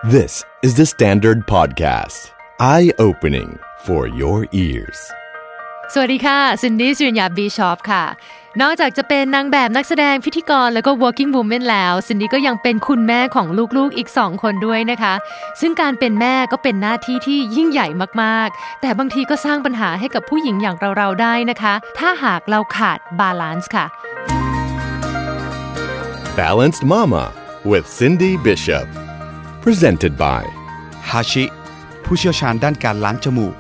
This is the Standard Podcast. Eye-opening for your ears. สวัสดีค่ะซินดี้สุริยาบีชอปค่ะนอกจากจะเป็นนางแบบนักแสดงพิธีกรแล้วก็ working woman แล้วซินดี้ก็ยังเป็นคุณแม่ของลูกๆอีก2คนด้วยนะคะซึ่งการเป็นแม่ก็เป็นหน้าที่ที่ยิ่งใหญ่มากๆแต่บางทีก็สร้างปัญหาให้กับผู้หญิงอย่างเราๆได้นะคะถ้าหากเราขาด balance ค่ะ Balanced Mama with Cindy Bishop. Presented by ฮาชิผู้เชี่ยวชาญด้านการล้างจมูก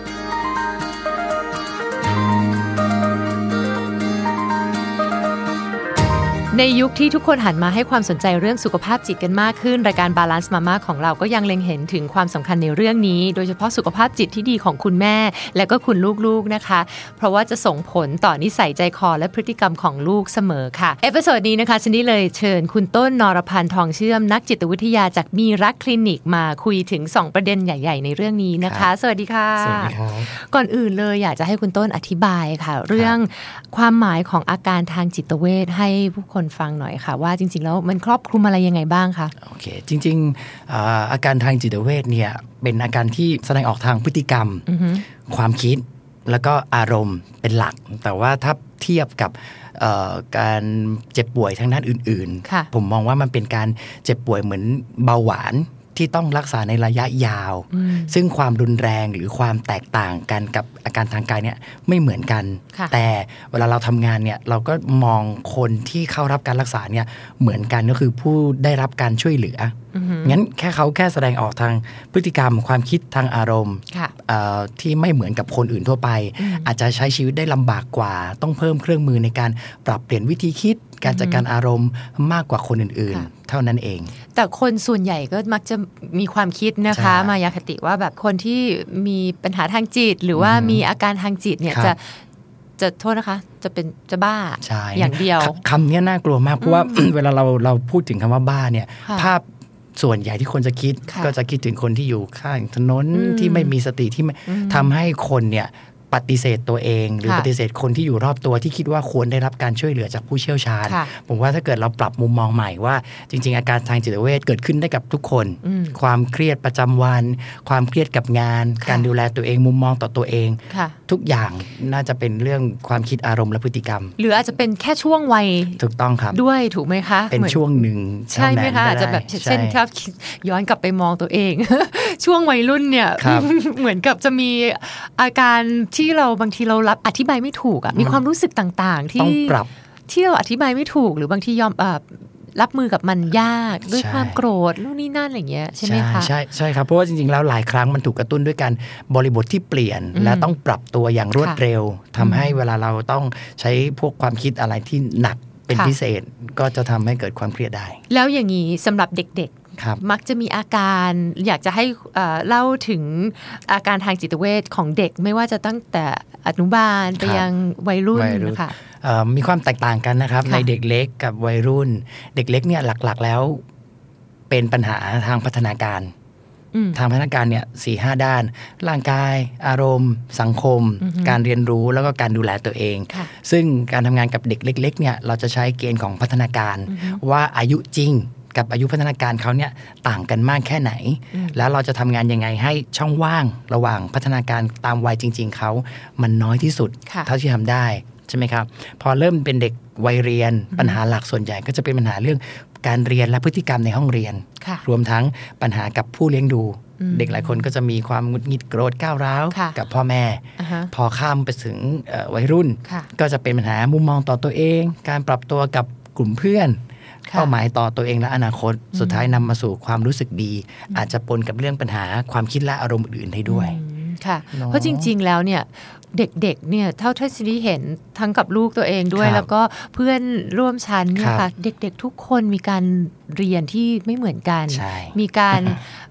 ในยุคที่ทุกคนหันมาให้ความสนใจเรื่องสุขภาพจิตกันมากขึ้นรายการ Balance Mama ของเราก็ยังเล็งเห็นถึงความสำคัญในเรื่องนี้โดยเฉพาะสุขภาพจิตที่ดีของคุณแม่และก็คุณลูกๆนะคะเพราะว่าจะส่งผลต่อนิสัยใจคอและพฤติกรรมของลูกเสมอค่ะเอพิโซดนี้นะคะซินดี้เลยเชิญคุณต้นนรพันธ์ทองเชื่อมนักจิตวิทยาจากมีรักคลินิกมาคุยถึง2ประเด็นใหญ่ๆในเรื่องนี้นะคะสวัสดีค่ะสวัสดีครับก่อนอื่นเลยอยากจะให้คุณต้นอธิบายค่ะเรื่องความหมายของอาการทางจิตเวชให้ผู้คนฟังหน่อยค่ะว่าจริงๆแล้วมันครอบคลุมอะไรยังไงบ้างคะโอเคจริงๆอาการทางจิตเวชเนี่ยเป็นอาการที่แสดงออกทางพฤติกรรมความคิดแล้วก็อารมณ์เป็นหลักแต่ว่าถ้าเทียบกับการเจ็บป่วยทางด้านอื่นๆผมมองว่ามันเป็นการเจ็บป่วยเหมือนเบาหวานที่ต้องรักษาในระยะยาวซึ่งความรุนแรงหรือความแตกต่างกันกับอาการทางกายเนี่ยไม่เหมือนกันแต่เวลาเราทำงานเนี่ยเราก็มองคนที่เข้ารับการรักษาเนี่ยเหมือนกันก็คือผู้ได้รับการช่วยเหลืองั้นเขาแค่แสดงออกทางพฤติกรรมความคิดทางอารมณ์ที่ไม่เหมือนกับคนอื่นทั่วไปอาจจะใช้ชีวิตได้ลำบากกว่าต้องเพิ่มเครื่องมือในการปรับเปลี่ยนวิธีคิดการจัดการอารมณ์มากกว่าคนอื่นๆเท่านั้นเองแต่คนส่วนใหญ่ก็มักจะมีความคิดนะคะมายาคติว่าแบบคนที่มีปัญหาทางจิตหรือว่ามีอาการทางจิตเนี่ยจะโทษนะคะจะบ้าอย่างเดียวคำนี้น่ากลัวมากเพราะว่า เวลาเราพูดถึงคำว่าบ้าเนี่ยภาพส่วนใหญ่ที่คนจะคิดก็จะคิดถึงคนที่อยู่ข้างถนนที่ไม่มีสติที่ทำให้คนเนี่ยปฏิเสธตัวเองหรือปฏิเสธคนที่อยู่รอบตัวที่คิดว่าควรได้รับการช่วยเหลือจากผู้เชี่ยวชาญผมว่าถ้าเกิดเราปรับมุมมองใหม่ว่าจริงๆอาการทางจิตเวชเกิดขึ้นได้กับทุกคนความเครียดประจำวันความเครียดกับงานการดูแลตัวเองมุมมองต่อตัวเองทุกอย่างน่าจะเป็นเรื่องความคิดอารมณ์และพฤติกรรมหรืออาจจะเป็นแค่ช่วงวัยถูกต้องครับด้วยถูกไหมคะเป็นช่วงหนึ่งใช่ไหมคะอาจจะแบบเช่นถ้าย้อนกลับไปมองตัวเอง ช่วงวัยรุ่นเนี่ย เหมือนกับจะมีอาการที่เราบางทีเรารับอธิบายไม่ถูกอ่ะมีความรู้สึกต่างๆที่เราอธิบายไม่ถูกหรือบางทียอมรับมือกับมันยากด้วยความโกรธนู่นนี่นั่นอะไรอย่างเงี้ยใช่ไหมคะใช่ครับเพราะว่าจริงๆแล้วหลายครั้งมันถูกกระตุ้นด้วยการบริบทที่เปลี่ยนและต้องปรับตัวอย่างรวดเร็วทำให้เวลาเราต้องใช้พวกความคิดอะไรที่หนักเป็นพิเศษก็จะทำให้เกิดความเครียดได้แล้วอย่างนี้สำหรับเด็กมักจะมีอาการอยากจะให้เล่าถึงอาการทางจิตเวชของเด็กไม่ว่าจะตั้งแต่อนุบาลไปยังวัยรุ่นนะคะมีความแตกต่างกันนะครับในเด็กเล็กกับวัยรุ่นเด็กเล็กเนี่ยหลักๆแล้วเป็นปัญหาทางพัฒนาการเนี่ย 4-5 ด้านร่างกายอารมณ์สังคมการเรียนรู้แล้วก็การดูแลตัวเองซึ่งการทำงานกับเด็กเล็กๆเนี่ยเราจะใช้เกณฑ์ของพัฒนาการว่าอายุจริงกับอายุพัฒนาการเขาเนี่ยต่างกันมากแค่ไหนแล้วเราจะทำงานยังไงให้ช่องว่างระหว่างพัฒนาการตามวัยจริงๆเขามันน้อยที่สุดเท่าที่ทำได้ใช่ไหมครับพอเริ่มเป็นเด็กวัยเรียนปัญหาหลักส่วนใหญ่ก็จะเป็นปัญหาเรื่องการเรียนและพฤติกรรมในห้องเรียนรวมทั้งปัญหากับผู้เลี้ยงดูเด็กหลายคนก็จะมีความหงุดหงิดโกรธก้าวร้าวกับพ่อแม่พอข้ามไปถึงวัยรุ่นก็จะเป็นปัญหามุมมองต่อตัวเองการปรับตัวกับกลุ่มเพื่อนเป้าหมายต่อตัวเองและอนาคตสุดท้ายนำมาสู่ความรู้สึกดีอาจจะปนกับเรื่องปัญหาความคิดและอารมณ์อื่นๆได้ด้วยค่ะเพราะจริงๆแล้วเนี่ยเด็กๆเนี่ยเท่าที่ซีรีส์เห็นทั้งกับลูกตัวเองด้วยแล้วก็เพื่อนร่วมชั้นเนี่ยค่ะเด็กๆทุกคนมีการเรียนที่ไม่เหมือนกันมีการ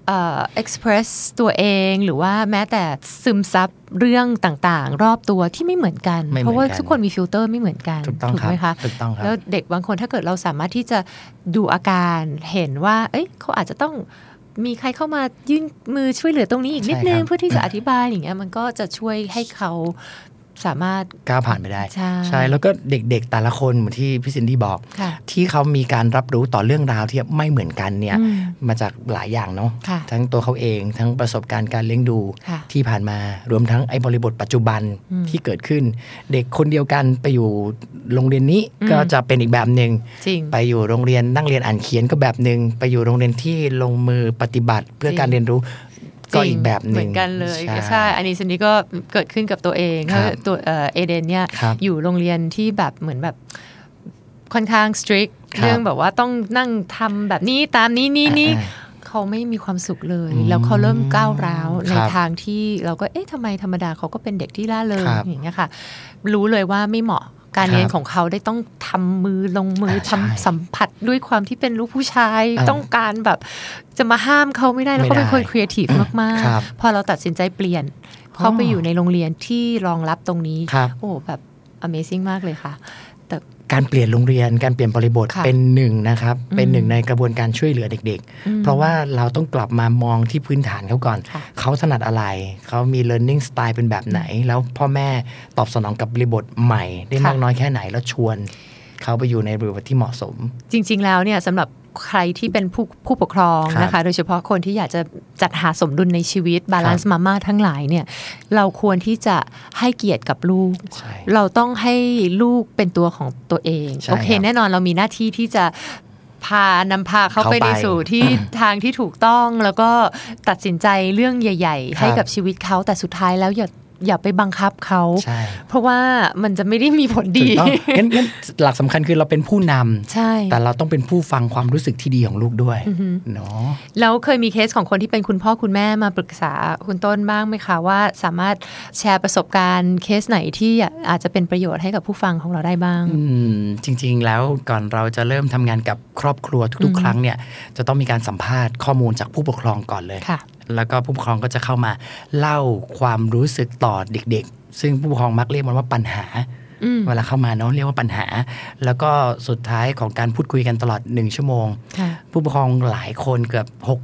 express ตัวเองหรือว่าแม้แต่ซึมซับเรื่องต่างๆรอบตัวที่ไม่เหมือนกันเพราะว่าทุกคนมีฟิลเตอร์ไม่เหมือนกันถูกไหมคะแล้วเด็กบางคนถ้าเกิดเราสามารถที่จะดูอาการเห็นว่าเขาอาจจะต้องมีใครเข้ามายื่นมือช่วยเหลือตรงนี้อีกนิดนึงเพื่อที่จะอธิบายอย่างเงี้ยมันก็จะช่วยให้เขาสามารถก้าวผ่านไปได้ใช่แล้วก็เด็กๆแต่ละคนเหมือนที่พี่ซินดี้บอกที่เขามีการรับรู้ต่อเรื่องราวที่ไม่เหมือนกันเนี่ยมาจากหลายอย่างเนาะทั้งตัวเขาเองทั้งประสบการณ์การเลี้ยงดูที่ผ่านมารวมทั้งไอ้บริบทปัจจุบันที่เกิดขึ้นเด็กคนเดียวกันไปอยู่โรงเรียนนี้ก็จะเป็นอีกแบบนึงไปอยู่โรงเรียนนั่งเรียนอ่านเขียนก็แบบนึงไปอยู่โรงเรียนที่ลงมือปฏิบัติเพื่อการเรียนรู้ก็อีกแบบนึงเหมือนกันเลยใช่อันนี้ซินดี้ก็เกิดขึ้นกับตัวเองตัวเอเดนเนี่ยอยู่โรงเรียนที่แบบเหมือนแบบค่อนข้าง strict เรื่องแบบว่าต้องนั่งทำแบบนี้ตามนี้เขาไม่มีความสุขเลยแล้วเขาเริ่มก้าวร้าวในทางที่เราก็ทำไมธรรมดาเขาก็เป็นเด็กที่ล่าเริงอย่างเงี้ยค่ะรู้เลยว่าไม่เหมาะการเรียนของเขาได้ต้องทำมือลงมือทำสัมผัสด้วยความที่เป็นลูกผู้ชายต้องการแบบจะมาห้ามเขาไม่ได้แล้วเขาเป็นคนครีเอทีฟมากๆพอเราตัดสินใจเปลี่ยนเขาไปอยู่ในโรงเรียนที่รองรับตรงนี้โอ้แบบ Amazing มากเลยค่ะแต่การเปลี่ยนโรงเรียนการเปลี่ยนบริบทเป็นหนึ่งนะครับเป็นหนึ่งในกระบวนการช่วยเหลือเด็กๆเพราะว่าเราต้องกลับมามองที่พื้นฐานเขาก่อนเขาถนัดอะไรเขามี learning style เป็นแบบไหนแล้วพ่อแม่ตอบสนองกับบริบทใหม่ได้มากน้อยแค่ไหนแล้วชวนเขาไปอยู่ในบริบทที่เหมาะสมจริงๆแล้วเนี่ยสำหรับใครที่เป็นผู้ปกครองนะคะโดยเฉพาะคนที่อยากจะจัดหาสมดุลในชีวิตบาลานซ์มาม่าทั้งหลายเนี่ยเราควรที่จะให้เกียรติกับลูกเราต้องให้ลูกเป็นตัวของตัวเองโอเคแน่นอนเรามีหน้าที่ที่จะนำพาเขาไปในสู่ที่ทางที่ถูกต้องแล้วก็ตัดสินใจเรื่องใหญ่ๆให้กับชีวิตเขาแต่สุดท้ายแล้วอย่าไปบังคับเขาเพราะว่ามันจะไม่ได้มีผลดีงั้นหลักสำคัญคือเราเป็นผู้นำแต่เราต้องเป็นผู้ฟังความรู้สึกที่ดีของลูกด้วยเนาะแล้วเคยมีเคสของคนที่เป็นคุณพ่อคุณแม่มาปรึกษาคุณต้นบ้างไหมคะว่าสามารถแชร์ประสบการณ์เคสไหนที่อาจจะเป็นประโยชน์ให้กับผู้ฟังของเราได้บ้างจริงๆแล้วก่อนเราจะเริ่มทำงานกับครอบครัวทุกๆครั้งเนี่ยจะต้องมีการสัมภาษณ์ข้อมูลจากผู้ปกครองก่อนเลยแล้วก็ผู้ปกครองก็จะเข้ามาเล่าความรู้สึกต่อเด็กๆซึ่งผู้ปกครองมักเรียกมันว่าปัญหาเวลาเข้ามาเนาะเรียกว่าปัญหาแล้วก็สุดท้ายของการพูดคุยกันตลอด1ชั่วโมงผู้ปกครองหลายคนเกือบ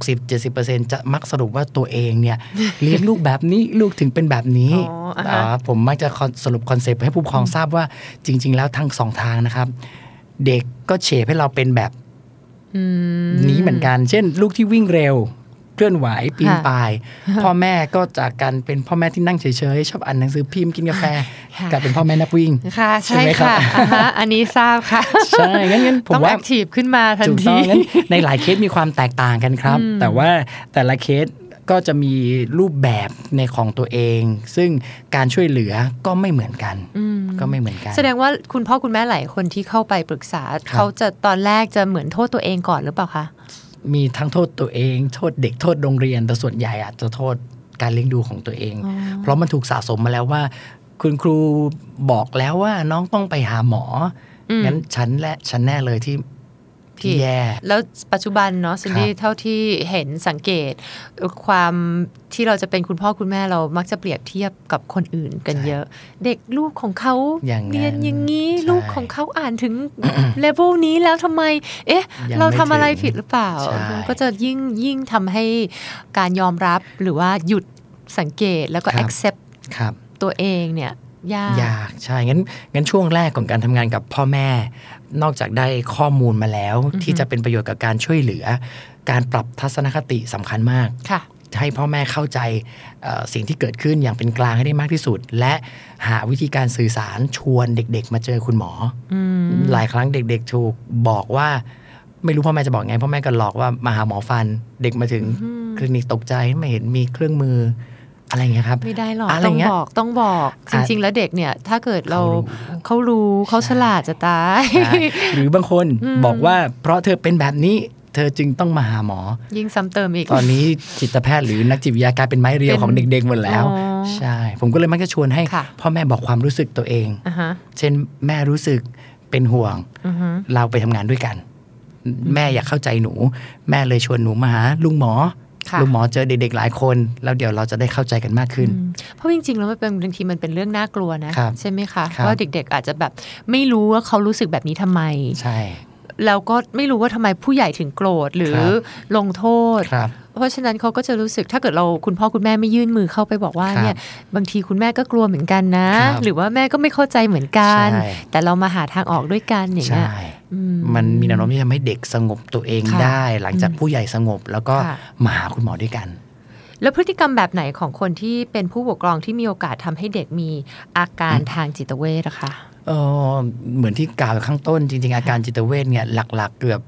60-70% จะมักสรุปว่าตัวเองเนี่ยเลี้ยงลูกแบบนี้ลูกถึงเป็นแบบนี้ผมมักจะสรุปคอนเซปต์ให้ผู้ปกครองทราบว่าจริงๆแล้วทั้งสองทางนะครับเด็กก็เชฟให้เราเป็นแบบนี้เหมือนกันเช่นลูกที่วิ่งเร็วเคลื่อนไหวปีนป่ายพ่อแม่ก็จากการเป็นพ่อแม่ที่นั่งเฉยๆชอบอ่านหนังสือพิมพ์กินกาแฟกลายเป็นพ่อแม่นักวิ่งค่ะใช่ค่ะอันนี้ทราบค่ะใช่งั้นผมว่าต้องแอคทีฟขึ้นมาทันทีงั้นในหลายเคสมีความแตกต่างกันครับแต่ว่าแต่ละเคสก็จะมีรูปแบบในของตัวเองซึ่งการช่วยเหลือก็ไม่เหมือนกันแสดงว่าคุณพ่อคุณแม่หลายคนที่เข้าไปปรึกษาเขาจะตอนแรกจะเหมือนโทษตัวเองก่อนหรือเปล่าคะมีทั้งโทษตัวเองโทษเด็กโทษโรงเรียนแต่ส่วนใหญ่อาจจะโทษการเลี้ยงดูของตัวเองเพราะมันถูกสะสมมาแล้วว่าคุณครูบอกแล้วว่าน้องต้องไปหาหมองั้นฉันแน่เลยที่แย่แล้วปัจจุบันเนาะซินดี้เท่าที่เห็นสังเกตความที่เราจะเป็นคุณพ่อคุณแม่เรามักจะเปรียบเทียบกับคนอื่นกันเยอะเด็กลูกของเขาเรียนอย่างนี้ลูกของเขาอ่านถึงเลเวลนี้แล้วทำไมเราทำอะไรผิดหรือเปล่าก็จะยิ่งทำให้การยอมรับหรือว่าหยุดสังเกตแล้วก็ accept ตัวเองเนี่ยยากใช่งั้นช่วงแรกของการทำงานกับพ่อแม่นอกจากได้ข้อมูลมาแล้วที่จะเป็นประโยชน์กับการช่วยเหลือการปรับทัศนคติสำคัญมากให้พ่อแม่เข้าใจสิ่งที่เกิดขึ้นอย่างเป็นกลางให้ได้มากที่สุดและหาวิธีการสื่อสารชวนเด็กๆมาเจอคุณหมอหลายครั้งเด็กๆถูกบอกว่าไม่รู้พ่อแม่จะบอกไงพ่อแม่ก็หลอกว่ามาหาหมอฟันเด็กมาถึงคลินิกตกใจไม่เห็นมีเครื่องมืออะไรเงี้ยครับไม่ได้หรอกต้องบอกจริงๆแล้วเด็กเนี่ยถ้าเกิดเขารู้เขาฉลาดจะตายหรือบางคนบอกว่าเพราะเธอเป็นแบบนี้เธอจึงต้องมาหาหมอยิ่งซ้ำเติมอีกตอนนี้จิตแพทย์หรือนักจิตวิทยากลายเป็นไม้เรียวของเด็กๆหมดแล้วใช่ผมก็เลยมักจะชวนให้พ่อแม่บอกความรู้สึกตัวเองเช่นแม่รู้สึกเป็นห่วงเราไปทำงานด้วยกันแม่อยากเข้าใจหนูแม่เลยชวนหนูมาหาลุงหมอเจอเด็กๆหลายคนแล้วเดี๋ยวเราจะได้เข้าใจกันมากขึ้นเพราะจริงๆแล้วบางทีมันเป็นเรื่องน่ากลัวนะใช่ไหมคะว่าเด็กๆอาจจะแบบไม่รู้ว่าเขารู้สึกแบบนี้ทำไมใช่แล้วก็ไม่รู้ว่าทำไมผู้ใหญ่ถึงโกรธหรือลงโทษเพราะฉะนั้นเขาก็จะรู้สึกถ้าเกิดเราคุณพ่อคุณแม่ไม่ยื่นมือเข้าไปบอกว่าเนี่ยบางทีคุณแม่ก็กลัวเหมือนกันนะหรือว่าแม่ก็ไม่เข้าใจเหมือนกันแต่เรามาหาทางออกด้วยกันอย่างเงี้ยมันมีแนวโน้มที่จะให้เด็กสงบตัวเองได้หลังจากผู้ใหญ่สงบแล้วก็มาหาคุณหมอด้วยกันแล้วพฤติกรรมแบบไหนของคนที่เป็นผู้ปกครองที่มีโอกาสทำให้เด็กมีอาการทางจิตเวชอะคะเหมือนที่กล่าวข้างต้นจริงๆอาการจิตเวชเนี่ยหลักๆเกือบ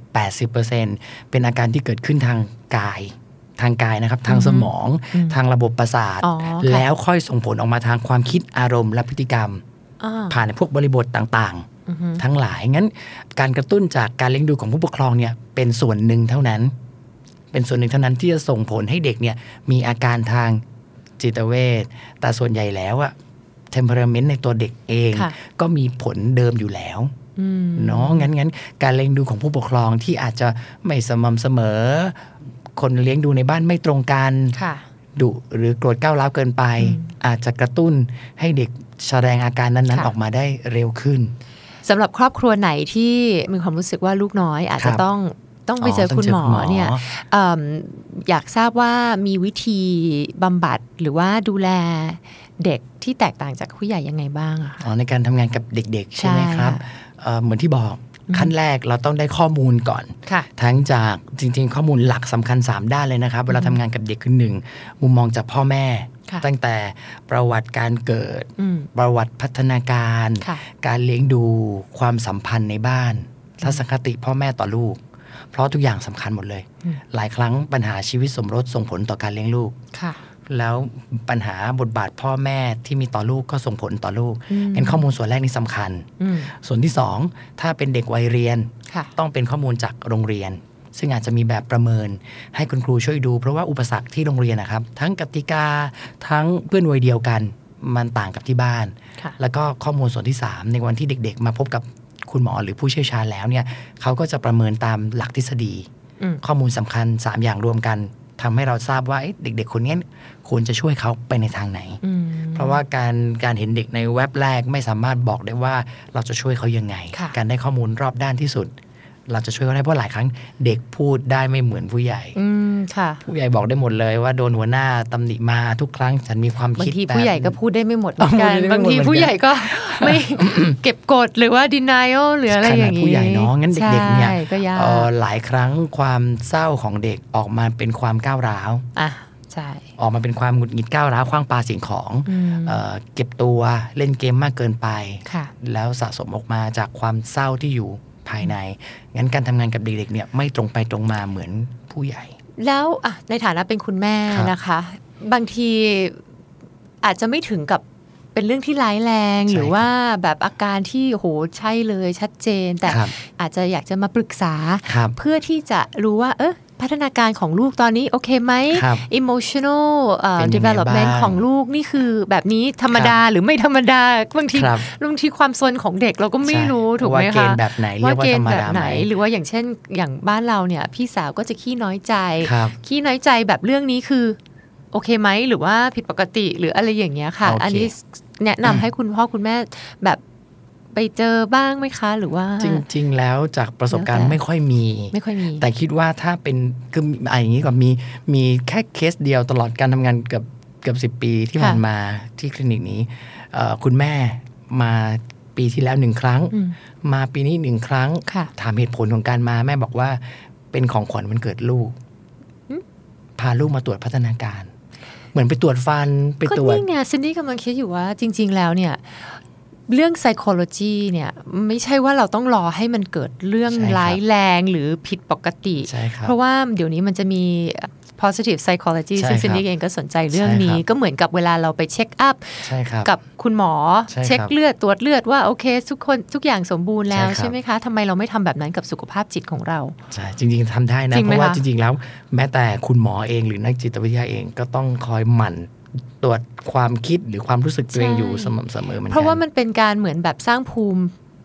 80% เป็นอาการที่เกิดขึ้นทางกายนะครับทางสมองทางระบบประสาทแล้วค่อยส่งผลออกมาทางความคิดอารมณ์และพฤติกรรมผ่านพวกบริบทต่างๆทั้งหลายงั้นการกระตุ้นจากการเลี้ยงดูของผู้ปกครองเนี่ยเป็นส่วนหนึ่งเท่านั้นที่จะส่งผลให้เด็กเนี่ยมีอาการทางจิตเวชแต่ส่วนใหญ่แล้วอะtemperament ในตัวเด็กเองก็มีผลเดิมอยู่แล้วเนาะงั้นการเลี้ยงดูของผู้ปกครองที่อาจจะไม่สม่ำเสมอคนเลี้ยงดูในบ้านไม่ตรงกันดุหรือโกรธก้าวร้าวเกินไปอาจจะกระตุ้นให้เด็กแสดงอาการนั้นๆออกมาได้เร็วขึ้นสำหรับครอบครัวไหนที่มีความรู้สึกว่าลูกน้อยอาจจะต้องไปเจอคุณหมอเนี่ยอยากทราบว่ามีวิธีบำบัดหรือว่าดูแลเด็กที่แตกต่างจากผู้ใหญ่ยังไงบ้างอะในการทำงานกับเด็กๆใช่ไหมครับเหมือนที่บอกขั้นแรกเราต้องได้ข้อมูลก่อนทั้งจากจริงๆข้อมูลหลักสำคัญ3ด้านเลยนะครับเวลาทำงานกับเด็กคือ1มุมมองจากพ่อแม่ตั้งแต่ประวัติการเกิดประวัติพัฒนาการการเลี้ยงดูความสัมพันธ์ในบ้านทัศนคติพ่อแม่ต่อลูกเพราะทุกอย่างสำคัญหมดเลยหลายครั้งปัญหาชีวิตสมรสส่งผลต่อการเลี้ยงลูกแล้วปัญหาบทบาทพ่อแม่ที่มีต่อลูกก็ส่งผลต่อลูกงั้นข้อมูลส่วนแรกนี่สำคัญส่วนที่2ถ้าเป็นเด็กวัยเรียนต้องเป็นข้อมูลจากโรงเรียนซึ่งอาจจะมีแบบประเมินให้คุณครูช่วยดูเพราะว่าอุปสรรคที่โรงเรียนนะครับทั้งกติกาทั้งเพื่อนวัยเดียวกันมันต่างกับที่บ้านแล้วก็ข้อมูลส่วนที่3ในวันที่เด็กๆมาพบกับคุณหมอหรือผู้เชี่ยวชาญแล้วเนี่ยเขาก็จะประเมินตามหลักทฤษฎีข้อมูลสำคัญ3อย่างรวมกันทำให้เราทราบว่าเด็กๆคนนี้ควรจะช่วยเขาไปในทางไหนเพราะว่าการเห็นเด็กในแว็บแรกไม่สามารถบอกได้ว่าเราจะช่วยเขายังไงการได้ข้อมูลรอบด้านที่สุดเราจะช่วยเขาได้เพราะหลายครั้งเด็กพูดได้ไม่เหมือนผู้ใหญ่ผู้ใหญ่บอกได้หมดเลยว่าโดนหัวหน้าตำหนิมาทุกครั้งฉันมีความคิดบางทีผู้ใหญ่ก็พูดได้ไม่หมดเหมือนกันบางทีผู้ใหญ่ก็ไม่เก็บกดหรือว่า denial หรืออะไรอย่างนี้ผู้ใหญ่เนาะงั้นเด็กๆเนี่ยหลายครั้งความเศร้าของเด็กออกมาเป็นความก้าวร้าวออกมาเป็นความหงุดหงิดก้าวร้าวขว้างปาสิ่งของเก็บตัวเล่นเกมมากเกินไปแล้วสะสมออกมาจากความเศร้าที่อยู่ภายในงั้นการทำงานกับเด็กๆเนี่ยไม่ตรงไปตรงมาเหมือนผู้ใหญ่แล้วในฐานะเป็นคุณแม่นะคะบางทีอาจจะไม่ถึงกับเป็นเรื่องที่ร้ายแรงหรือว่าแบบอาการที่โหใช่เลยชัดเจนแต่อาจจะอยากจะมาปรึกษาเพื่อที่จะรู้ว่าพัฒนาการของลูกตอนนี้โอเคไหม emotional development ของลูกนี่คือแบบนี้ธรรมดาหรือไม่ธรรมดาบางทีความซนของเด็กเราก็ไม่รู้ถูกไหมคะว่าเกณฑ์แบบไหนเรียกว่าธรรมดาไหมหรือว่าอย่างเช่นอย่างบ้านเราเนี่ยพี่สาวก็จะขี้น้อยใจแบบเรื่องนี้คือโอเคไหมหรือว่าผิดปกติหรืออะไรอย่างเงี้ยค่ะอันนี้แนะนำให้คุณพ่อคุณแม่แบบไปเจอบ้างไหมคะหรือว่าจริงๆแล้วจากประสบการณ์ไม่ค่อยมีแต่คิดว่าถ้าเป็นคืออย่างนี้ก็มีแค่เคสเดียวตลอดการทำงานเกือบ10 ปีที่ผ่านมาที่คลินิกนี้คุณแม่มาปีที่แล้ว1 ครั้งมาปีนี้1 ครั้งถามเหตุผลของการมาแม่บอกว่าเป็นของขวัญวันเกิดลูกพาลูกมาตรวจพัฒนาการเหมือนไปตรวจฟันไปตรวจก็นี่ไงซินดี้กำลังคิดอยู่ว่าจริงๆแล้วเนี่ยเรื่อง psychology เนี่ยไม่ใช่ว่าเราต้องรอให้มันเกิดเรื่องร้ายแรงหรือผิดปกติเพราะว่าเดี๋ยวนี้มันจะมี positive psychology ซึ่งซินดี้เองก็สนใจเรื่องนี้ก็เหมือนกับเวลาเราไปเช็คอัพกับคุณหมอเช็คเลือดตรวจเลือดว่าโอเคทุกอย่างสมบูรณ์แล้วใช่ไหมคะทำไมเราไม่ทำแบบนั้นกับสุขภาพจิตของเราใช่จริงๆทำได้นะเพราะว่าจริงๆแล้วแม้แต่คุณหมอเองหรือนักจิตวิทยาเองก็ต้องคอยหมั่นตรวจความคิดหรือความรู้สึกตัวเองอยู่สม่ำเสมอเหมือนกันเพราะว่ามันเป็นการเหมือนแบบสร้างภูมิ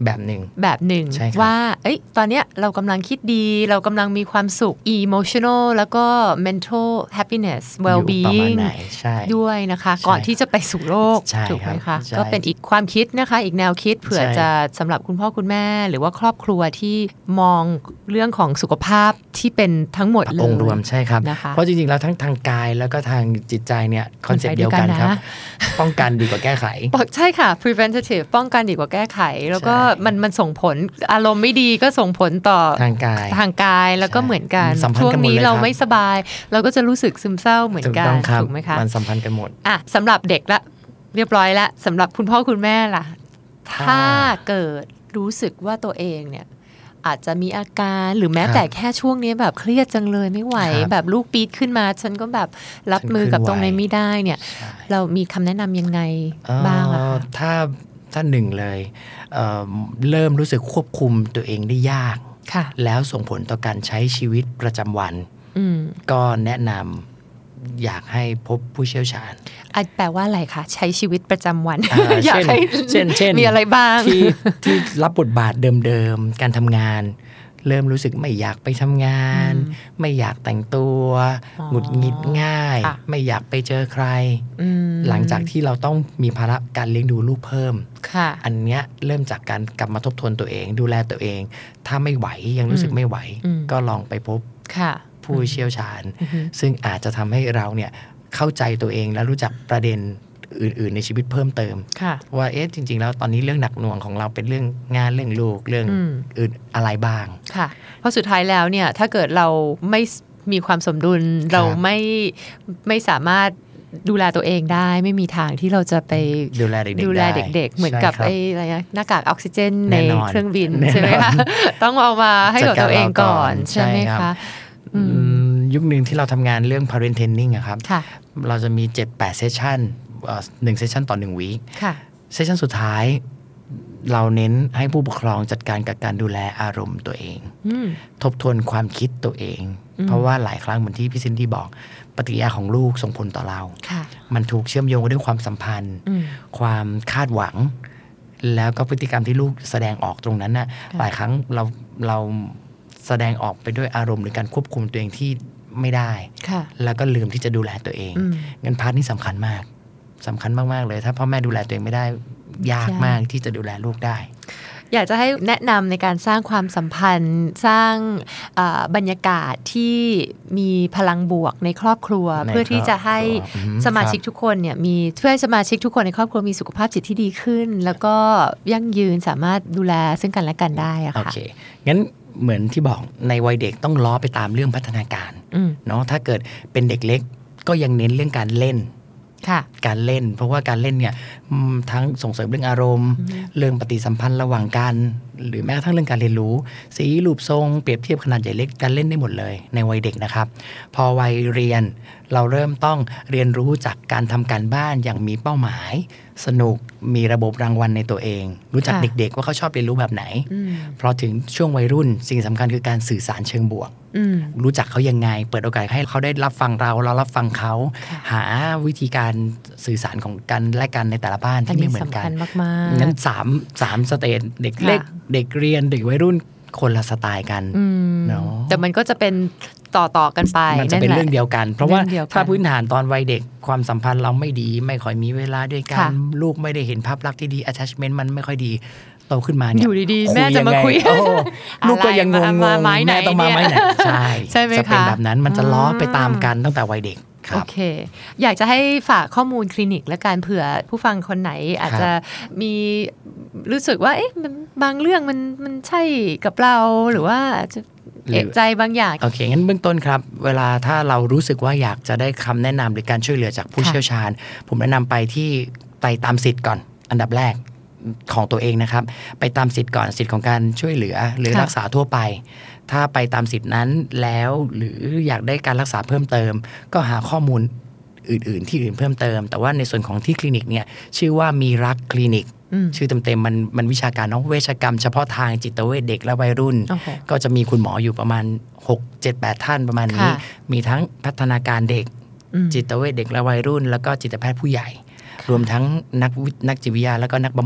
แบบหนึ่งว่าตอนเนี้ยเรากำลังคิดดีเรากำลังมีความสุข emotional แล้วก็ mental happiness well being ด้วยนะคะก่อนที่จะไปสู่โลกถูกไหมคะก็เป็นอีกความคิดนะคะอีกแนวคิดเผื่อจะสำหรับคุณพ่อคุณแม่หรือว่าครอบครัวที่มองเรื่องของสุขภาพที่เป็นทั้งหมดเลยองค์รวมใช่ครับเพราะจริงๆแล้วทั้งทางกายแล้วก็ทางจิตใจเนี่ยคอนเซ็ปต์เดียวกันครับป้องกันดีกว่าแก้ไขใช่ค่ะ preventative ป้องกันดีกว่าแก้ไขแล้วก็มันส่งผลอารมณ์ไม่ดีก็ส่งผลต่อทางกายแล้วก็เหมือนกันช่วงนี้เราไม่สบายเราก็จะรู้สึกซึมเศร้าเหมือนกันถูกไหมคะมันสัมพันธ์กันหมดสำหรับเด็กละเรียบร้อยแล้วสำหรับคุณพ่อคุณแม่ล่ะถ้าเกิดรู้สึกว่าตัวเองเนี่ยอาจจะมีอาการหรือแม้แต่แค่ช่วงนี้แบบเครียดจังเลยไม่ไหวแบบลูกปี๊ดขึ้นมาฉันก็แบบรับมือกับตรงนี้ไม่ได้เนี่ยเรามีคำแนะนำยังไงบ้างอะถ้าหนึ่งเลยเริ่มรู้สึกควบคุมตัวเองได้ยากแล้วส่งผลต่อการใช้ชีวิตประจำวันก็แนะนำอยากให้พบผู้เชี่ยวชาญแปลว่าอะไรคะใช้ชีวิตประจำวัน อยากให้เช่นมีอะไรบ้างที่รับบทบาทเดิมๆการทำงานเริ่มรู้สึกไม่อยากไปทำงานไม่อยากแต่งตัวหงุดหงิดง่ายไม่อยากไปเจอใครหลังจากที่เราต้องมีภาระการเลี้ยงดูลูกเพิ่มอันเนี้ยเริ่มจากการกลับมาทบทวนตัวเองดูแลตัวเองถ้าไม่ไหวยังรู้สึกไม่ไหวก็ลองไปพบผู้เชี่ยวชาญซึ่งอาจจะทำให้เราเนี่ยเข้าใจตัวเองและรู้จักประเด็นอื่นๆในชีวิตเพิ่มเติมว่าจริงๆแล้วตอนนี้เรื่องหนักหน่วงของเราเป็นเรื่องงานเรื่องลูกเรื่องอื่นอะไรบ้างค่ะเพราะสุดท้ายแล้วเนี่ยถ้าเกิดเราไม่มีความสมดุลเราไม่สามารถดูแลตัวเองได้ไม่มีทางที่เราจะไปดูแลเด็กๆเหมือนกับอะไรหน้ากากออกซิเจนในเครื่องบินใช่ไหมคะต้องเอามาให้กับตัวเองก่อนใช่ไหมคะยุคนึงที่เราทำงานเรื่อง parent training อะครับเราจะมี 7-8 เซสชั่น1เซสชั่นต่อ1วีคเซสชั่นสุดท้ายเราเน้นให้ผู้ปกครองจัดการกับการดูแลอารมณ์ตัวเองทบทวนความคิดตัวเองเพราะว่าหลายครั้งเหมือนที่พี่ซินดี้บอกปฏิกิริยาของลูกส่งผลต่อเรามันถูกเชื่อมโยงด้วยความสัมพันธ์ความคาดหวังแล้วก็พฤติกรรมที่ลูกแสดงออกตรงนั้นน่ะหลายครั้งเราแสดงออกไปด้วยอารมณ์หรือการควบคุมตัวเองที่ไม่ได้แล้วก็ลืมที่จะดูแลตัวเองงั้นพาร์ทนี้สำคัญมากเลยถ้าพ่อแม่ดูแลตัวเองไม่ได้ยากมากที่จะดูแลลูกได้อยากจะให้แนะนำในการสร้างความสัมพันธ์สร้างบรรยากาศที่มีพลังบวกในครอบครัวเพื่อที่จะให้สมาชิกทุกคนเนี่ยมีเพื่อให้สมาชิกทุกคนในครอบครัวมีสุขภาพจิตที่ดีขึ้นแล้วก็ยั่งยืนสามารถดูแลซึ่งกันและกันได้อะค่ะโอเคงั้นเหมือนที่บอกในวัยเด็กต้องล้อไปตามเรื่องพัฒนาการเนาะถ้าเกิดเป็นเด็กเล็กก็ยังเน้นเรื่องการเล่นการเล่นเพราะว่าการเล่นเนี่ยทั้งส่งเสริมเรื่องอารมณ์เรื่องปฏิสัมพันธ์ระหว่างกันหรือแม้กระทั่งเรื่องการเรียนรู้สีรูปทรงเปรียบเทียบขนาดใหญ่เล็กการเล่นได้หมดเลยในวัยเด็กนะครับพอวัยเรียนเราเริ่มต้องเรียนรู้จากการทำการบ้านอย่างมีเป้าหมายสนุกมีระบบรางวัลในตัวเองรู้จักเด็กๆว่าเขาชอบเรียนรู้แบบไหนเพราะถึงช่วงวัยรุ่นสิ่งสำคัญคือการสื่อสารเชิงบวกรู้จักเขายังไงเปิดโอกาสให้เขาได้รับฟังเรารับฟังเขาหาวิธีการสื่อสารของกันและกันในแต่ละบ้านที่ไม่เหมือนกันงั้น3สเตจเด็กเล็กเด็กเรียนเด็กวัยรุ่นคนละสไตล์กันเนาะแต่มันก็จะเป็นต่อกันไปมันจะเป็นเรื่องเดียวกันเพราะว่าถ้าพื้นฐานตอนวัยเด็กความสัมพันธ์เราไม่ดีไม่ค่อยมีเวลาด้วยกันลูกไม่ได้เห็นภาพลักษณ์ที่ดี attachment มันไม่ค่อยดีโตขึ้นมาเนี่ยอยู่ดีๆแม่จะมาคุยลูกก็ยังงงแม่ต้องมาไม้ไหนใช่จะเป็นแบบนั้นมันจะล้อไปตามกันตั้งแต่วัยเด็กโอเคอยากจะให้ฝากข้อมูลคลินิกและการเผื่อผู้ฟังคนไหนอาจจะมีรู้สึกว่ามันบางเรื่องมันใช่กับเราหรือว่าจะเอกใจบางอย่างโอเคงั้นเบื้องต้นครับเวลาถ้าเรารู้สึกว่าอยากจะได้คำแนะนำหรือการช่วยเหลือจากผู้เชี่ยวชาญผมแนะนำไปตามสิทธิ์ก่อนอันดับแรกของตัวเองนะครับไปตามสิทธิ์ก่อนสิทธิ์ของการช่วยเหลือหรือรักษาทั่วไปถ้าไปตามสิทธิ์นั้นแล้วหรืออยากได้การรักษาเพิ่มเติมก็หาข้อมูลอื่นๆที่อื่นเพิ่มเติมแต่ว่าในส่วนของที่คลินิกเนี่ยชื่อว่ามีรักคลินิกชื่อเต็มๆมันวิชาการเวชกรรมเฉพาะทางจิตเวชเด็กและวัยรุ่นก็จะมีคุณหมออยู่ประมาณ 6-7-8 ท่านประมาณนี้มีทั้งพัฒนาการเด็กจิตเวชเด็กและวัยรุ่นแล้วก็จิตแพทย์ผู้ใหญ่รวมทั้งนักจิตวิทยาแล้วก็นักบำบัด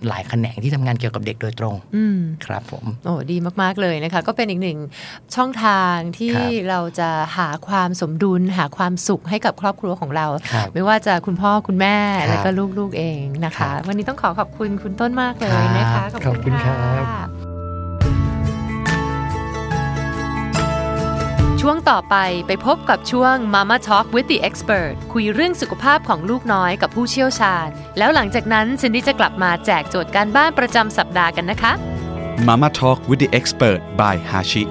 หลายแขนงที่ทำงานเกี่ยวกับเด็กโดยตรงครับผมโอ้ดีมากๆเลยนะคะก็เป็นอีกหนึ่งช่องทางที่เราจะหาความสมดุลหาความสุขให้กับครอบครัวของเราไม่ว่าจะคุณพ่อคุณแม่แล้วก็ลูกๆเองนะคะวันนี้ต้องขอบคุณคุณต้นมากเลยนะคะขอบคุณครับช่วงต่อไปพบกับช่วง Mama Talk with the Expert คุยเรื่องสุขภาพของลูกน้อยกับผู้เชี่ยวชาญแล้วหลังจากนั้นซินดี้จะกลับมาแจกโจทย์การบ้านประจำสัปดาห์กันนะคะ Mama Talk with the Expert by Hashi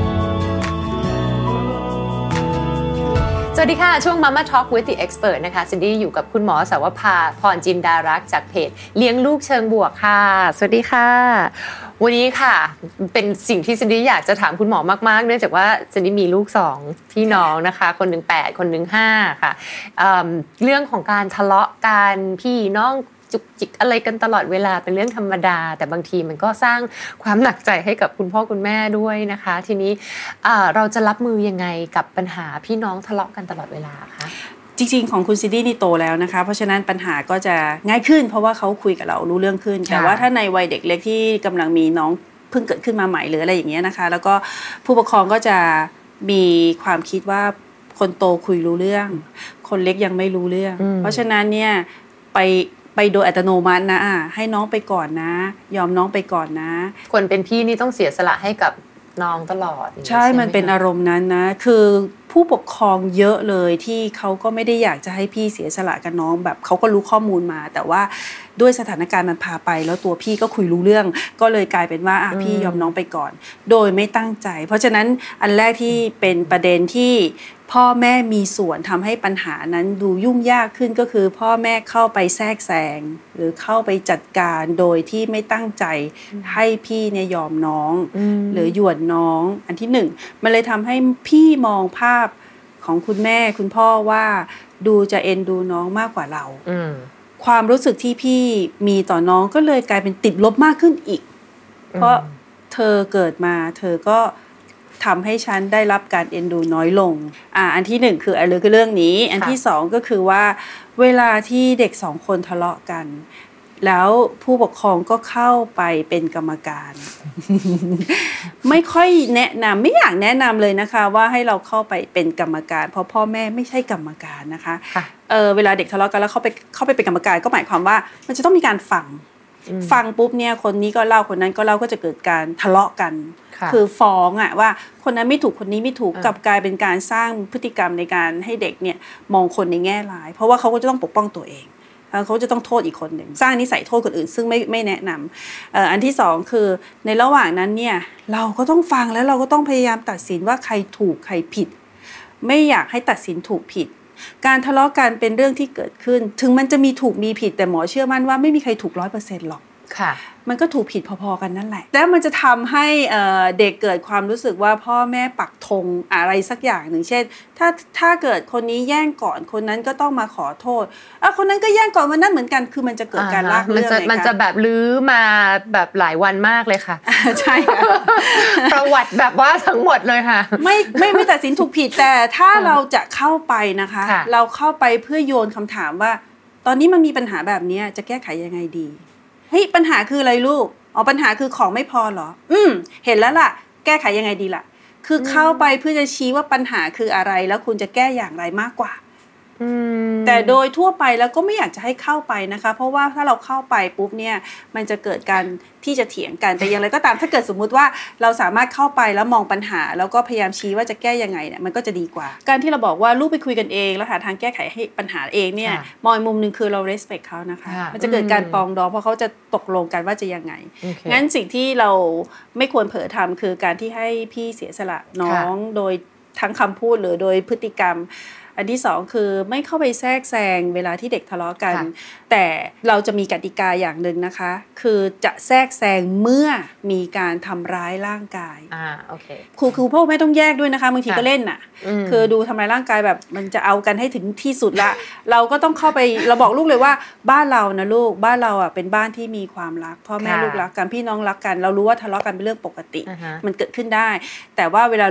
สวัสดีค่ะช่วง Mama Talk with the Expert นะคะซินดี้อยู่กับคุณหมอสาวภาพรจินดารักษ์จากเพจเลี้ยงลูกเชิงบวกค่ะสวัสดีค่ะวันนี้ค่ะเป็นสิ่งที่ซินดี้อยากจะถามคุณหมอมากๆเนื่องจากว่าซินดี้มีลูก2พี่น้องนะคะคนหนึ่ง8คนหนึ่ง5ค่ะเรื่องของการทะเลาะกันพี่น้องจุกจิกอะไรกันตลอดเวลาเป็นเรื่องธรรมดาแต่บางทีมันก็สร้างความหนักใจให้กับคุณพ่อคุณแม่ด้วยนะคะทีนี้เราจะรับมือยังไงกับปัญหาพี่น้องทะเลาะกันตลอดเวลาคะจริงๆของคุณซินดี้นี่โตแล้วนะคะเพราะฉะนั้นปัญหาก็จะง่ายขึ้นเพราะว่าเขาคุยกับเรารู้เรื่องขึ้นแต่ว่าถ้าในวัยเด็กเล็กที่กำลังมีน้องเพิ่งเกิดขึ้นมาใหม่หรืออะไรอย่างเงี้ยนะคะแล้วก็ผู้ปกครองก็จะมีความคิดว่าคนโตคุยรู้เรื่องคนเล็กยังไม่รู้เรื่องเพราะฉะนั้นเนี่ยไปโดยอัตโนมัตินะให้น้องไปก่อนนะยอมน้องไปก่อนนะคนเป็นพี่นี่ต้องเสียสละให้กับน้องตลอดใช่มันเป็นอารมณ์นั้นนะคือผู้ปกครองเยอะเลยที่เขาก็ไม่ได้อยากจะให้พี่เสียสละกับน้องแบบเขาก็รู้ข้อมูลมาแต่ว่าด้วยสถานการณ์มันพาไปแล้วตัวพี่ก็คุยรู้เรื่องก็เลยกลายเป็นว่าพี่ยอมน้องไปก่อนโดยไม่ตั้งใจเพราะฉะนั้นอันแรกที่เป็นประเด็นที่พ่อแม่มีส่วนทำให้ปัญหานั้นดูยุ่งยากขึ้นก็คือพ่อแม่เข้าไปแทรกแซงหรือเข้าไปจัดการโดยที่ไม่ตั้งใจให้พี่เนี่ยยอมน้องหรือหยวนน้องอันที่1มันเลยทำให้พี่มองภาพของคุณแม่คุณพ่อว่าดูจะเอ็นดูน้องมากกว่าเราความรู้สึกที่พี่มีต่อน้องก็เลยกลายเป็นติดลบมากขึ้นอีกเพราะเธอเกิดมาเธอก็ทำให้ฉันได้รับการเอ็นดูน้อยลงอันที่1คือเรื่องนี้อันที่2ก็คือว่าเวลาที่เด็ก2คนทะเลาะกันแล้วผู้ปกครองก็เข้าไปเป็นกรรมการ ไม่ค่อยแนะนำไม่อยากแนะนำเลยนะคะว่าให้เราเข้าไปเป็นกรรมการเพราะพ่อแม่ไม่ใช่กรรมการนะคะเวลาเด็กทะเลาะกันแล้วเข้าไปเป็นกรรมการก็หมายความว่ามันจะต้องมีการฟังปุ๊บเนี่ยคนนี้ก็เล่าคนนั้นก็เล่าก็จะเกิดการทะเลาะกันคือฟ้องว่าคนนั้นไม่ถูกคนนี้ไม่ถูกกลับกลายเป็นการสร้างพฤติกรรมในการให้เด็กเนี่ยมองคนในแง่ร้ายเพราะว่าเขาก็จะต้องปกป้องตัวเองเขาจะต้องโทษอีกคนหนึ่งสร้างนิสัยโทษคนอื่นซึ่งไม่แนะนำอันที่2คือในระหว่างนั้นเนี่ยเราก็ต้องฟังแล้วเราก็ต้องพยายามตัดสินว่าใครถูกใครผิดไม่อยากให้ตัดสินถูกผิดการทะเลาะกันเป็นเรื่องที่เกิดขึ้นถึงมันจะมีถูกมีผิดแต่หมอเชื่อมั่นว่าไม่มีใครถูก 100% หรอกค่ะมันก็ถูกผิดพอๆกันนั่นแหละแล้วมันจะทำให้เด็กเกิดความรู้สึกว่าพ่อแม่ปักธงอะไรสักอย่างหนึ่งเช่นถ้าเกิดคนนี้แย่งก่อนคนนั้นก็ต้องมาขอโทษคนนั้นก็แย่งก่อนวันนั้นเหมือนกันคือมันจะเกิดการลากเรื่องมันจะแบบลื้อมาแบบหลายวันมากเลยค่ะใช่ค่ะประวัติแบบว่าทั้งหมดเลยค่ะไม่ตัดสินถูกผิดแต่ถ้าเราจะเข้าไปนะคะเราเข้าไปเพื่อโยนคำถามว่าตอนนี้มันมีปัญหาแบบนี้จะแก้ไขยังไงดีเฮ้ยปัญหาคืออะไรลูกปัญหาคือของไม่พอเหรอเห็นแล้วล่ะแก้ไขยังไงดีล่ะคือเข้าไปเพื่อจะชี้ว่าปัญหาคืออะไรแล้วคุณจะแก้อย่างไรมากกว่าแต่โดยทั่วไปแล้วก็ไม่อยากจะให้เข้าไปนะคะเพราะว่าถ้าเราเข้าไปปุ๊บเนี่ยมันจะเกิดการที่จะเถียงกันแต่อย่างไรก็ตามถ้าเกิดสมมุติว่าเราสามารถเข้าไปแล้วมองปัญหาแล้วก็พยายามชี้ว่าจะแก้ยังไงเนี่ยมันก็จะดีกว่าการที่เราบอกว่าลูกไปคุยกันเองแล้วหาทางแก้ไขให้ปัญหาเองเนี่ยมองมุมนึงคือเรา respect เขานะคะมันจะเกิดการปรองดองเพราะเขาจะตกลงกันว่าจะยังไงงั้นสิ่งที่เราไม่ควรเผลอทำคือการที่ให้พี่เสียสละน้องโดยทั้งคำพูดหรือโดยพฤติกรรมอันที่2คือไม่เข้าไปแทรกแซงเวลาที่เด็กทะเลาะกันแต่เราจะมีกติกาอย่างหนึ่งนะคะคือจะแทรกแซงเมื่อมีการทำร้ายร่างกายโอเคครูพ่อแม่ต้องแยกด้วยนะคะบางทีก็เล่นน่ะคือดูทำร้ายร่างกายแบบมันจะเอากันให้ถึงที่สุดละเราก็ต้องเข้าไปเราบอกลูกเลยว่าบ้านเรานะลูกบ้านเราเป็นบ้านที่มีความรักพ่อแม่ลูกรักกันพี่น้องรักกันเรารู้ว่าทะเลาะกันเป็นเรื่องปกติมันเกิดขึ้นได้แต่ว่าเวลาลูกท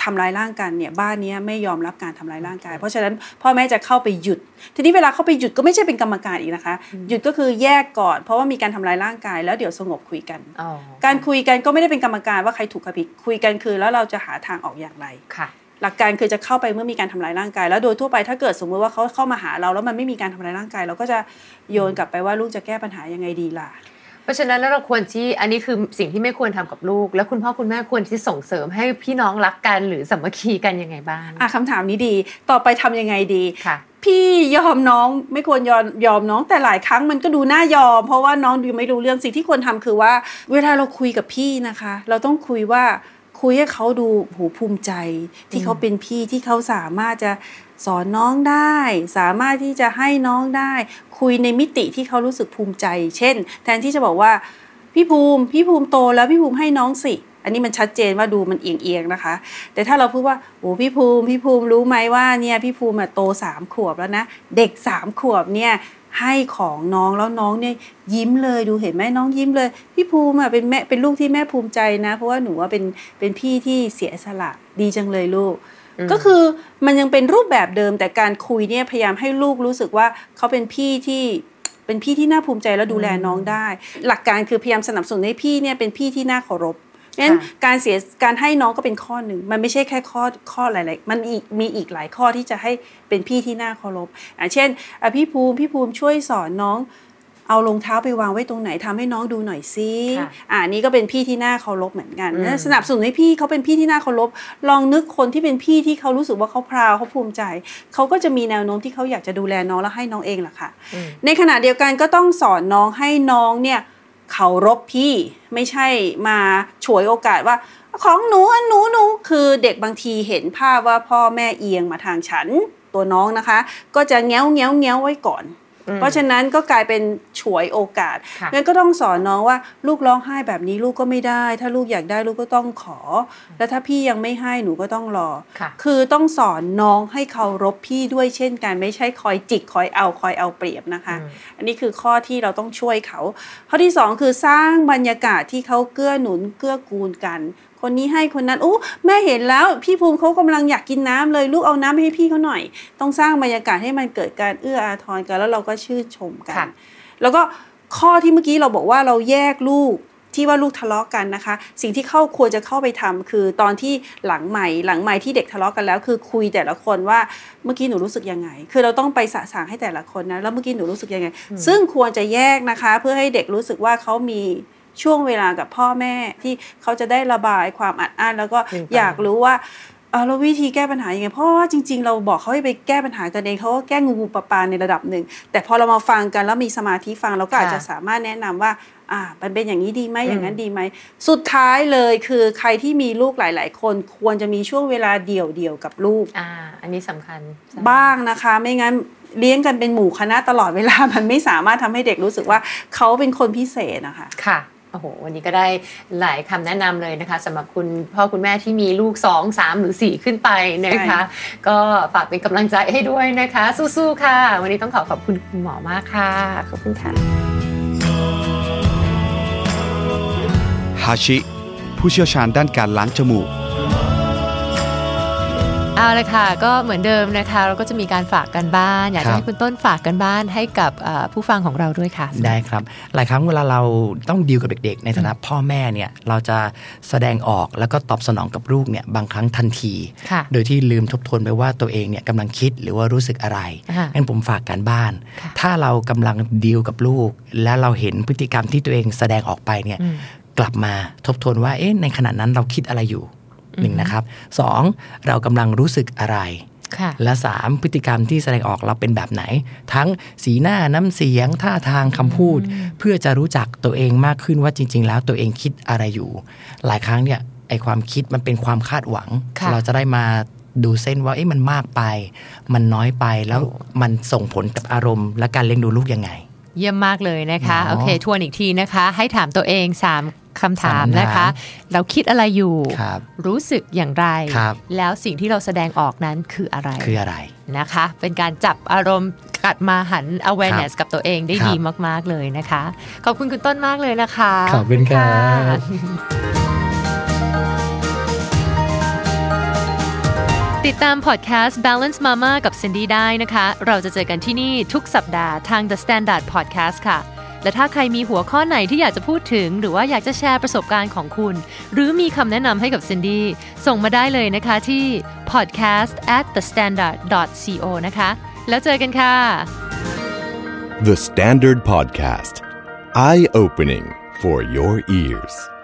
ำร้ายร่างกายเนี่ยบ้านนี้ไม่ยอมรับการทำร้ายร่างกายเพราะฉะนั้นพ่อแม่จะเข้าไปหยุดทีนี้เวลาเข้าไปหยุดก็ไม่ใช่เป็นกรรมการอีกนะคะหยุดก็คือแยกก่อนเพราะว่ามีการทำร้ายร่างกายแล้วเดี๋ยวสงบคุยกันการคุยกันก็ไม่ได้เป็นกรรมการว่าใครถูกใครผิดคุยกันคือแล้วเราจะหาทางออกอย่างไรหลักการคือจะเข้าไปเมื่อมีการทำร้ายร่างกายแล้วโดยทั่วไปถ้าเกิดสมมติว่าเขาเข้ามาหาเราแล้วมันไม่มีการทำร้ายร่างกายเราก็จะโยนกลับไปว่าลูกจะแก้ปัญหายังไงดีล่ะเพราะฉะนั้นแล้วเราควรที่อันนี้คือสิ่งที่ไม่ควรทำกับลูกแล้วคุณพ่อคุณแม่ควรที่ส่งเสริมให้พี่น้องรักกันหรือสามัคคีกันยังไงบ้างคำถามนี้ดีต่อไปทำยังไงดีพี่ยอมน้องไม่ควรยอมน้องแต่หลายครั้งมันก็ดูน่ายอมเพราะว่าน้องดูไม่รู้เรื่องสิ่งที่ควรทำคือว่าเวลาเราคุยกับพี่นะคะเราต้องคุยให้เขาดูภูมิใจที่เขาเป็นพี่ที่เขาสามารถจะสอนน้องได้สามารถที่จะให้น้องได้คุยในมิติที่เขารู้สึกภูมิใจเช่นแทนที่จะบอกว่าพี่ภูมิโตแล้วพี่ภูมิให้น้องสิอันนี้มันชัดเจนว่าดูมันเอียงนะคะแต่ถ้าเราพูดว่าโอ้พี่ภูมิรู้ไหมว่าเนี่ยพี่ภูมิโต3 ขวบแล้วนะเด็ก3 ขวบเนี่ยให้ของน้องแล้วน้องเนี่ยยิ้มเลยดูเห็นไหมน้องยิ้มเลยพี่ภูมิเป็นแม่เป็นลูกที่แม่ภูมิใจนะเพราะว่าหนูว่าเป็นพี่ที่เสียสละดีจังเลยลูกก็คือมันยังเป็นรูปแบบเดิมแต่การคุยเนี่ยพยายามให้ลูกรู้สึกว่าเขาเป็นพี่ที่น่าภูมิใจแล้วดูแลน้องได้หลักการคือพยายามสนับสนุนให้พี่เนี่ยเป็นพี่ที่น่าเคารพงั้นการให้น้องก็เป็นข้อหนึ่งมันไม่ใช่แค่ข้อหลายๆมันมีอีกหลายข้อที่จะให้เป็นพี่ที่น่าเคารพเช่นพี่ภูมิช่วยสอนน้องเอารองเท้าไปวางไว้ตรงไหนทำให้น้องดูหน่อยซินี่ก็เป็นพี่ที่น่าเคารพเหมือนกันสนับสนุนให้พี่เขาเป็นพี่ที่น่าเคารพลองนึกคนที่เป็นพี่ที่เขารู้สึกว่าเขาพราวเขาภูมิใจเขาก็จะมีแนวโน้มที่เขาอยากจะดูแลน้องแล้วให้น้องเองแหละค่ะในขณะเดียวกันก็ต้องสอนน้องให้น้องเนี่ยเคารพพี่ไม่ใช่มาฉวยโอกาสว่าของหนูคือเด็กบางทีเห็นภาพว่าพ่อแม่เอียงมาทางฉันตัวน้องนะคะก็จะแง้วไว้ก่อนเพราะฉะนั้นก็กลายเป็นฉวยโอกาสงั้นก็ต้องสอนน้องว่าลูกร้องไห้แบบนี้ลูกก็ไม่ได้ถ้าลูกอยากได้ลูกก็ต้องขอแล้วถ้าพี่ยังไม่ให้หนูก็ต้องรอคือต้องสอนน้องให้เคารพพี่ด้วยเช่นกันไม่ใช่คอยจิกคอยเอาเปรียบนะคะอันนี้คือข้อที่เราต้องช่วยเขาข้อที่2คือสร้างบรรยากาศที่เขาเกื้อหนุนเกื้อกูลกันคนนี้ให้คนนั้นแม่เห็นแล้วพี่ภูมิเขากำลังอยากกินน้ำเลยลูกเอาน้ำให้พี่เขาหน่อยต้องสร้างบรรยากาศให้มันเกิดการเอื้ออาทรกันแล้วเราก็ชื่นชมกันแล้วก็ข้อที่เมื่อกี้เราบอกว่าเราแยกลูกที่ว่าลูกทะเลาะกันนะคะสิ่งที่ควรจะเข้าไปทำคือตอนที่หลังใหม่ที่เด็กทะเลาะกันแล้วคือคุยแต่ละคนว่าเมื่อกี้หนูรู้สึกยังไงคือเราต้องไปสะสางให้แต่ละคนนะแล้วเมื่อกี้หนูรู้สึกยังไงซึ่งควรจะแยกนะคะเพื่อให้เด็กรู้สึกว่าเขามีช่วงเวลากับพ่อแม่ที่เขาจะได้ระบายความอัดอั้นแล้วก็อยากรู้ว่าแล้ววิธีแก้ปัญหายังไงเพราะว่าจริงๆเราบอกเขาให้ไปแก้ปัญหากันเองเขาก็แก้งูปลาปลาในระดับหนึ่งแต่พอเรามาฟังกันแล้วมีสมาธิฟังเราก็อาจจะสามารถแนะนำว่ามันเป็นอย่างนี้ดีไหมอย่างนั้นดีไหมสุดท้ายเลยคือใครที่มีลูกหลายๆคนควรจะมีช่วงเวลาเดี่ยวกับลูกอันนี้สำคัญบ้างนะคะไม่งั้นเลี้ยงกันเป็นหมู่คณะตลอดเวลามันไม่สามารถทำให้เด็กรู้สึกว่าเขาเป็นคนพิเศษนะคะค่ะโอ้โหวันนี้ก็ได้หลายคำแนะนำเลยนะคะสำหรับคุณพ่อคุณแม่ที่มีลูก2 3หรือ4ขึ้นไปนะคะก็ฝากเป็นกำลังใจให้ด้วยนะคะสู้ๆค่ะวันนี้ต้องขอบคุณคุณหมอมากค่ะขอบคุณค่ะฮาชิผู้เชี่ยวชาญด้านการล้างจมูกเอาเลยค่ะก็เหมือนเดิมนะคะเราก็จะมีการฝากกันบ้านอยากให้คุณต้นฝากกันบ้านให้กับผู้ฟังของเราด้วยค่ะได้ครับหลายครั้งเวลาเราต้องดีลกับเด็กๆในฐานะพ่อแม่เนี่ยเราจะแสดงออกแล้วก็ตอบสนองกับลูกเนี่ยบางครั้งทันทีโดยที่ลืมทบทวนไปว่าตัวเองเนี่ยกำลังคิดหรือว่ารู้สึกอะไรงั้นผมฝากการบ้านถ้าเรากำลังดีลกับลูกและเราเห็นพฤติกรรมที่ตัวเองแสดงออกไปเนี่ยกลับมาทบทวนว่าในขณะนั้นเราคิดอะไรอยู่1นะครับ2เรากำลังรู้สึกอะไรและ3พฤติกรรมที่แสดงออกเราเป็นแบบไหนทั้งสีหน้าน้ำเสียงท่าทางคำพูดเพื่อจะรู้จักตัวเองมากขึ้นว่าจริงๆแล้วตัวเองคิดอะไรอยู่หลายครั้งเนี่ยไอความคิดมันเป็นความคาดหวังเราจะได้มาดูเส้นว่ามันมากไปมันน้อยไปแล้วมันส่งผลกับอารมณ์และการเลี้ยงดูลูกยังไงเยี่ยมมากเลยนะคะโอเคทวนอีกทีนะคะให้ถามตัวเอง3คำถามนะคะเราคิดอะไรอยู่รู้สึกอย่างไรแล้วสิ่งที่เราแสดงออกนั้นคืออะไรนะคะเป็นการจับอารมณ์กัดมาหัน awareness กับตัวเองได้ดีมากๆเลยนะคะขอบคุณคุณต้นมากเลยนะคะขอบคุณค่ะติดตามพอดแคสต์ Balance Mama กับ Cindy ได้นะคะเราจะเจอกันที่นี่ทุกสัปดาห์ทาง The Standard Podcast ค่ะและถ้าใครมีหัวข้อไหนที่อยากจะพูดถึงหรือว่าอยากจะแชร์ประสบการณ์ของคุณหรือมีคำแนะนำให้กับ Cindy ส่งมาได้เลยนะคะที่ podcast@thestandard.co นะคะแล้วเจอกันค่ะ The Standard Podcast. Eye-opening for your ears.